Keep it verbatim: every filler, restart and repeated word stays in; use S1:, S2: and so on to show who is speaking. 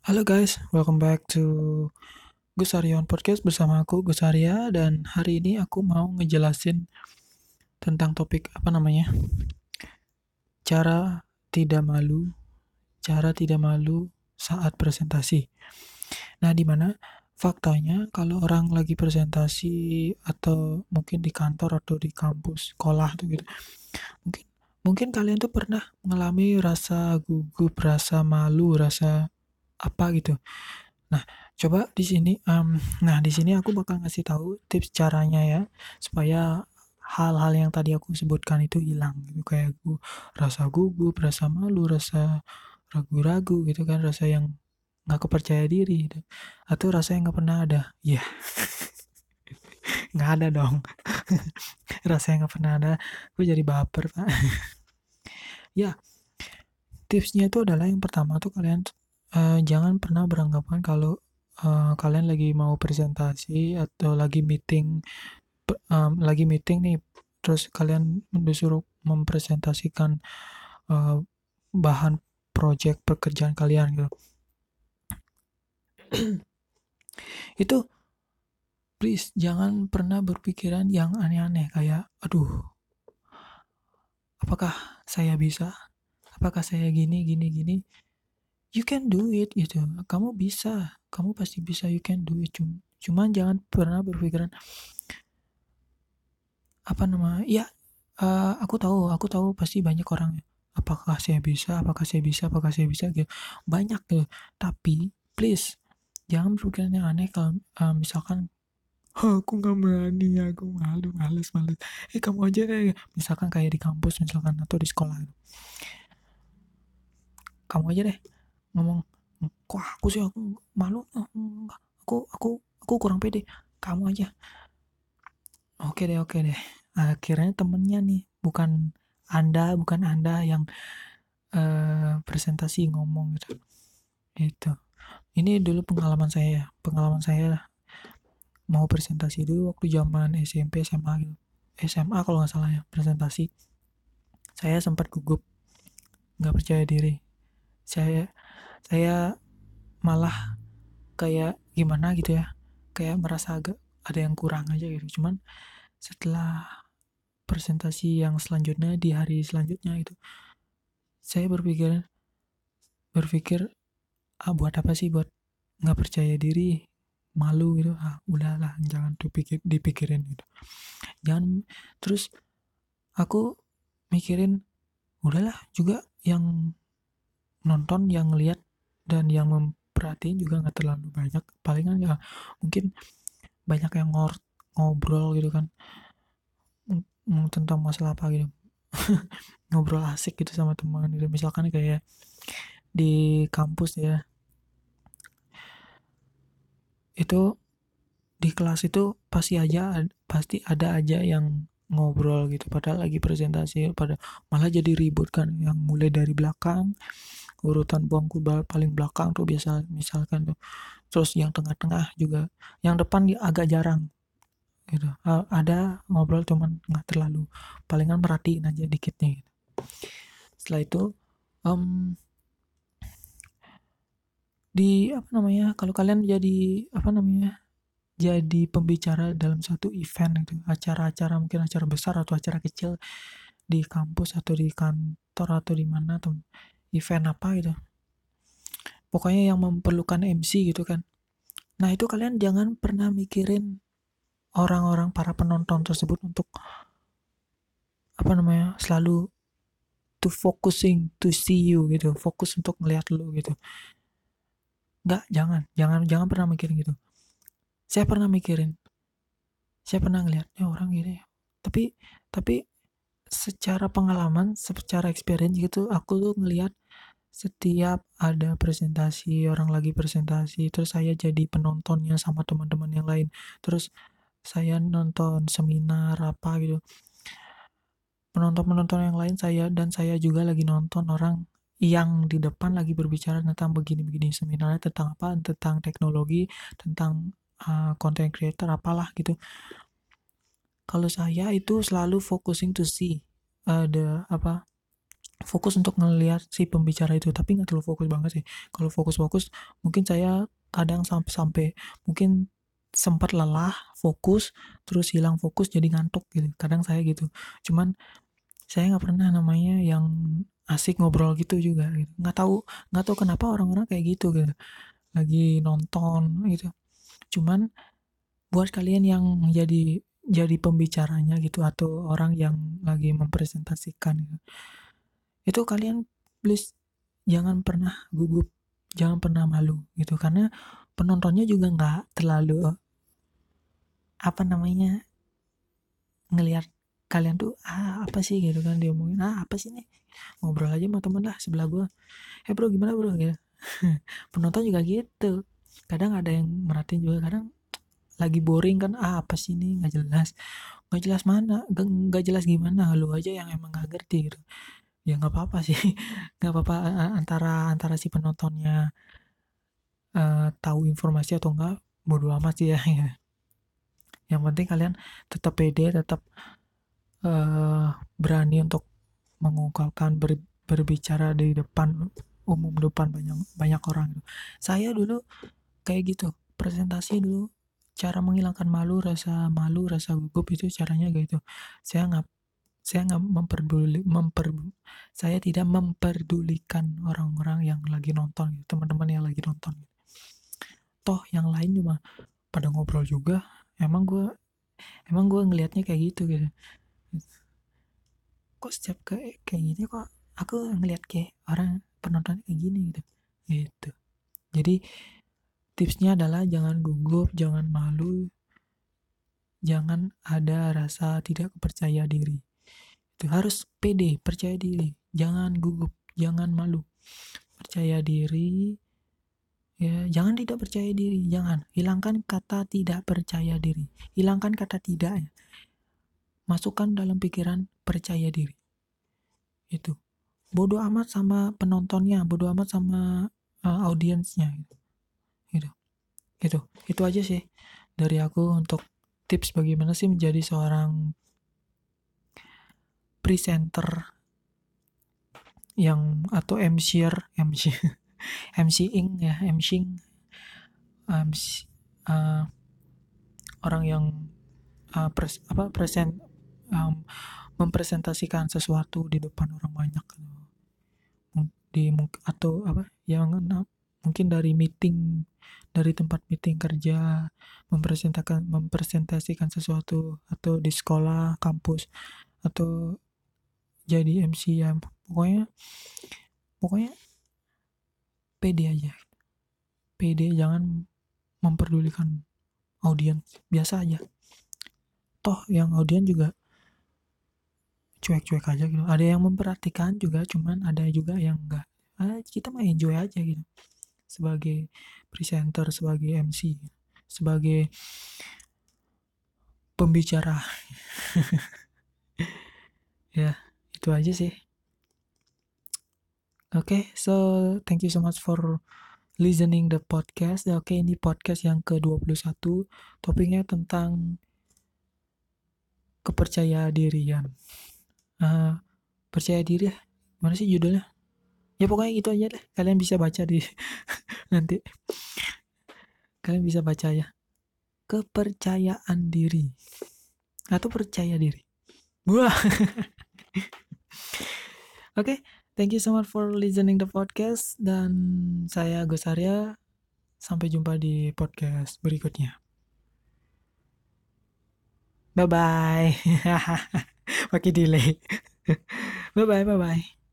S1: Halo guys, welcome back to Gus Aryon Podcast bersama aku Gus Arya dan hari ini aku mau ngejelasin tentang topik apa namanya? Cara tidak malu, cara tidak malu saat presentasi. Nah, di mana faktanya kalau orang lagi presentasi atau mungkin di kantor atau di kampus sekolah tuh gitu. Mungkin mungkin kalian tuh pernah mengalami rasa gugup, rasa malu, rasa apa gitu. Nah, coba di sini, em, nah di sini aku bakal ngasih tahu tips caranya ya, supaya hal-hal yang tadi aku sebutkan itu hilang gitu, kayak gu, rasa gugup, rasa malu, rasa ragu-ragu gitu kan, rasa yang nggak kepercaya diri gitu. Atau rasa yang nggak pernah ada. Ya, nggak ada dong. Rasa yang nggak pernah ada. Aku jadi baper, Pak. Ya, tipsnya itu adalah yang pertama tuh kalian eh, jangan pernah beranggapan kalau eh, kalian lagi mau presentasi atau lagi meeting pe- em, lagi meeting nih, terus kalian disuruh mempresentasikan eh, bahan project pekerjaan kalian gitu. Itu please jangan pernah berpikiran yang aneh-aneh kayak, aduh, apakah saya bisa? Apakah saya gini, gini, gini? You can do it gitu. Kamu bisa, kamu pasti bisa. You can do it. Cum- Cuman jangan pernah berpikiran apa nama? Ya, eh, aku tahu, aku tahu pasti banyak orang. Apakah saya bisa? Apakah saya bisa? Apakah saya bisa? Gitu. Banyak tuh. Tapi please jangan berpikiran yang aneh kalau eh, misalkan, "Hah, aku nggak berani, aku malu, males, males." Eh kamu aja deh. Misalkan kayak di kampus misalkan atau di sekolah, kamu aja deh ngomong, kok aku sih aku malu, ah, enggak. Aku aku aku kurang pede. Kamu aja. Oke deh, oke deh. Akhirnya temennya nih, bukan Anda, bukan Anda yang eh, presentasi ngomong gitu. Itu. Ini dulu pengalaman saya, ya. Pengalaman saya mau presentasi dulu waktu zaman S M P, S M A gitu. S M A kalau nggak salah ya, presentasi. Saya sempat gugup, nggak percaya diri. Saya saya malah kayak gimana gitu ya, kayak merasa agak ada yang kurang aja gitu. Cuman setelah presentasi yang selanjutnya di hari selanjutnya itu, saya berpikir berpikir ah buat apa sih, buat nggak percaya diri, malu gitu, ah udahlah jangan dipikir dipikirin gitu, jangan. Terus aku mikirin udahlah juga, yang nonton, yang lihat dan yang memperhatiin juga nggak terlalu banyak, palingan ya mungkin banyak yang ngor ngobrol gitu kan, mm, tentang masalah apa gitu, ngobrol asik gitu sama teman gitu, misalkan kayak di kampus ya, itu di kelas itu pasti aja pasti ada aja yang ngobrol gitu padahal lagi presentasi, pada malah jadi ribut kan, yang mulai dari belakang, urutan bangku ba- paling belakang tuh biasa misalkan tuh, terus yang tengah-tengah juga, yang depan ya agak jarang gitu. A- ada ngobrol cuman nggak terlalu, palingan merhatiin aja dikitnya gitu. Setelah itu em, di apa namanya, kalau kalian jadi apa namanya, jadi pembicara dalam satu event gitu, acara-acara mungkin acara besar atau acara kecil di kampus atau di kantor atau di mana tuh, event apa gitu, pokoknya yang memerlukan M C gitu kan. Nah itu kalian jangan pernah mikirin orang-orang para penonton tersebut untuk apa namanya, selalu to focusing to see you gitu, fokus untuk melihat lu gitu. Nggak, jangan jangan jangan pernah mikirin gitu. Saya pernah mikirin, saya pernah ngeliat ya orang gini ya. tapi tapi secara pengalaman, secara experience gitu, aku tuh ngelihat setiap ada presentasi, orang lagi presentasi, terus saya jadi penontonnya sama teman-teman yang lain. Terus saya nonton seminar apa gitu. Penonton-penonton yang lain saya dan saya juga lagi nonton orang yang di depan lagi berbicara tentang begini-begini, seminarnya tentang apa? Tentang teknologi, tentang uh, content creator apalah gitu. Kalau saya itu selalu focusing to see uh, the apa fokus untuk ngelihat si pembicara itu, tapi nggak terlalu fokus banget sih. Kalau fokus-fokus mungkin saya kadang sampai-sampai mungkin sempat lelah fokus terus hilang fokus jadi ngantuk gitu, kadang saya gitu. Cuman saya nggak pernah namanya yang asik ngobrol gitu juga gitu. Nggak tahu nggak tahu kenapa orang-orang kayak gitu gitu lagi nonton gitu. Cuman buat kalian yang jadi jadi pembicaranya gitu atau orang yang lagi mempresentasikan gitu, itu kalian please jangan pernah gugup, jangan pernah malu gitu, karena penontonnya juga nggak terlalu apa namanya ngelihat kalian tuh ah apa sih gitu kan, dia omongin ah apa sih nih, ngobrol aja sama temen lah sebelah gua, eh bro gimana bro gitu. Penonton juga gitu, kadang ada yang merhatiin juga, kadang lagi boring kan, ah apa sih ini nggak jelas, nggak jelas mana, nggak nggak jelas gimana, lu aja yang emang nggak ngerti gitu. Ya nggak apa-apa sih, nggak apa-apa, antara antara si penontonnya uh, tahu informasi atau enggak, bodo amat sih ya. Yang penting kalian tetap pede, tetap uh, berani untuk mengungkapkan ber, berbicara di depan umum, depan banyak banyak orang. Saya dulu kayak gitu, presentasi dulu, cara menghilangkan malu, rasa malu, rasa gugup itu caranya gitu. Saya nggak saya nggak memperduli memper saya tidak memperdulikan orang-orang yang lagi nonton gitu, teman-teman yang lagi nonton gitu. Toh yang lain cuma pada ngobrol juga, emang gue emang gue ngelihatnya kayak gitu gitu, kok setiap kayak kayak gini kok aku ngelihat kayak orang penonton kayak gini gitu gitu. Jadi tipsnya adalah jangan gugup, jangan malu, jangan ada rasa tidak percaya diri. Itu harus pede, percaya diri, jangan gugup, jangan malu, percaya diri. Ya, jangan tidak percaya diri, jangan. Hilangkan kata tidak percaya diri. Hilangkan kata tidak ya. Masukkan dalam pikiran percaya diri. Itu. Bodoh amat sama penontonnya, bodoh amat sama uh, audiensnya gitu. Gitu. Gitu. Itu aja sih dari aku untuk tips bagaimana sih menjadi seorang presenter yang atau M C-er, M C MCing ya, MCing, um, uh, orang yang uh, pres, apa present um, mempresentasikan sesuatu di depan orang banyak di atau apa yang mungkin dari meeting, dari tempat meeting kerja, mempresentasikan mempresentasikan sesuatu, atau di sekolah kampus, atau jadi M C ya, pokoknya pokoknya pede aja, pede, jangan memperdulikan audiens, biasa aja, toh yang audiens juga cuek-cuek aja gitu, ada yang memperhatikan juga, cuman ada juga yang enggak, ah, kita mah enjoy aja gitu sebagai presenter, sebagai M C, sebagai pembicara. Ya itu aja sih. Oke, okay, so thank you so much for listening the podcast. Oke, okay, ini podcast yang ke dua puluh satu, topiknya tentang kepercayaan dirian. Uh, percaya diri ya, mana sih judulnya? Ya pokoknya itu aja deh, kalian bisa baca di nanti, kalian bisa baca ya, kepercayaan diri atau percaya diri. Wah. Oke, okay, thank you so much for listening the podcast, dan saya Agus Arya. Sampai jumpa di podcast berikutnya. Bye bye. Pakai delay. Bye bye, bye bye.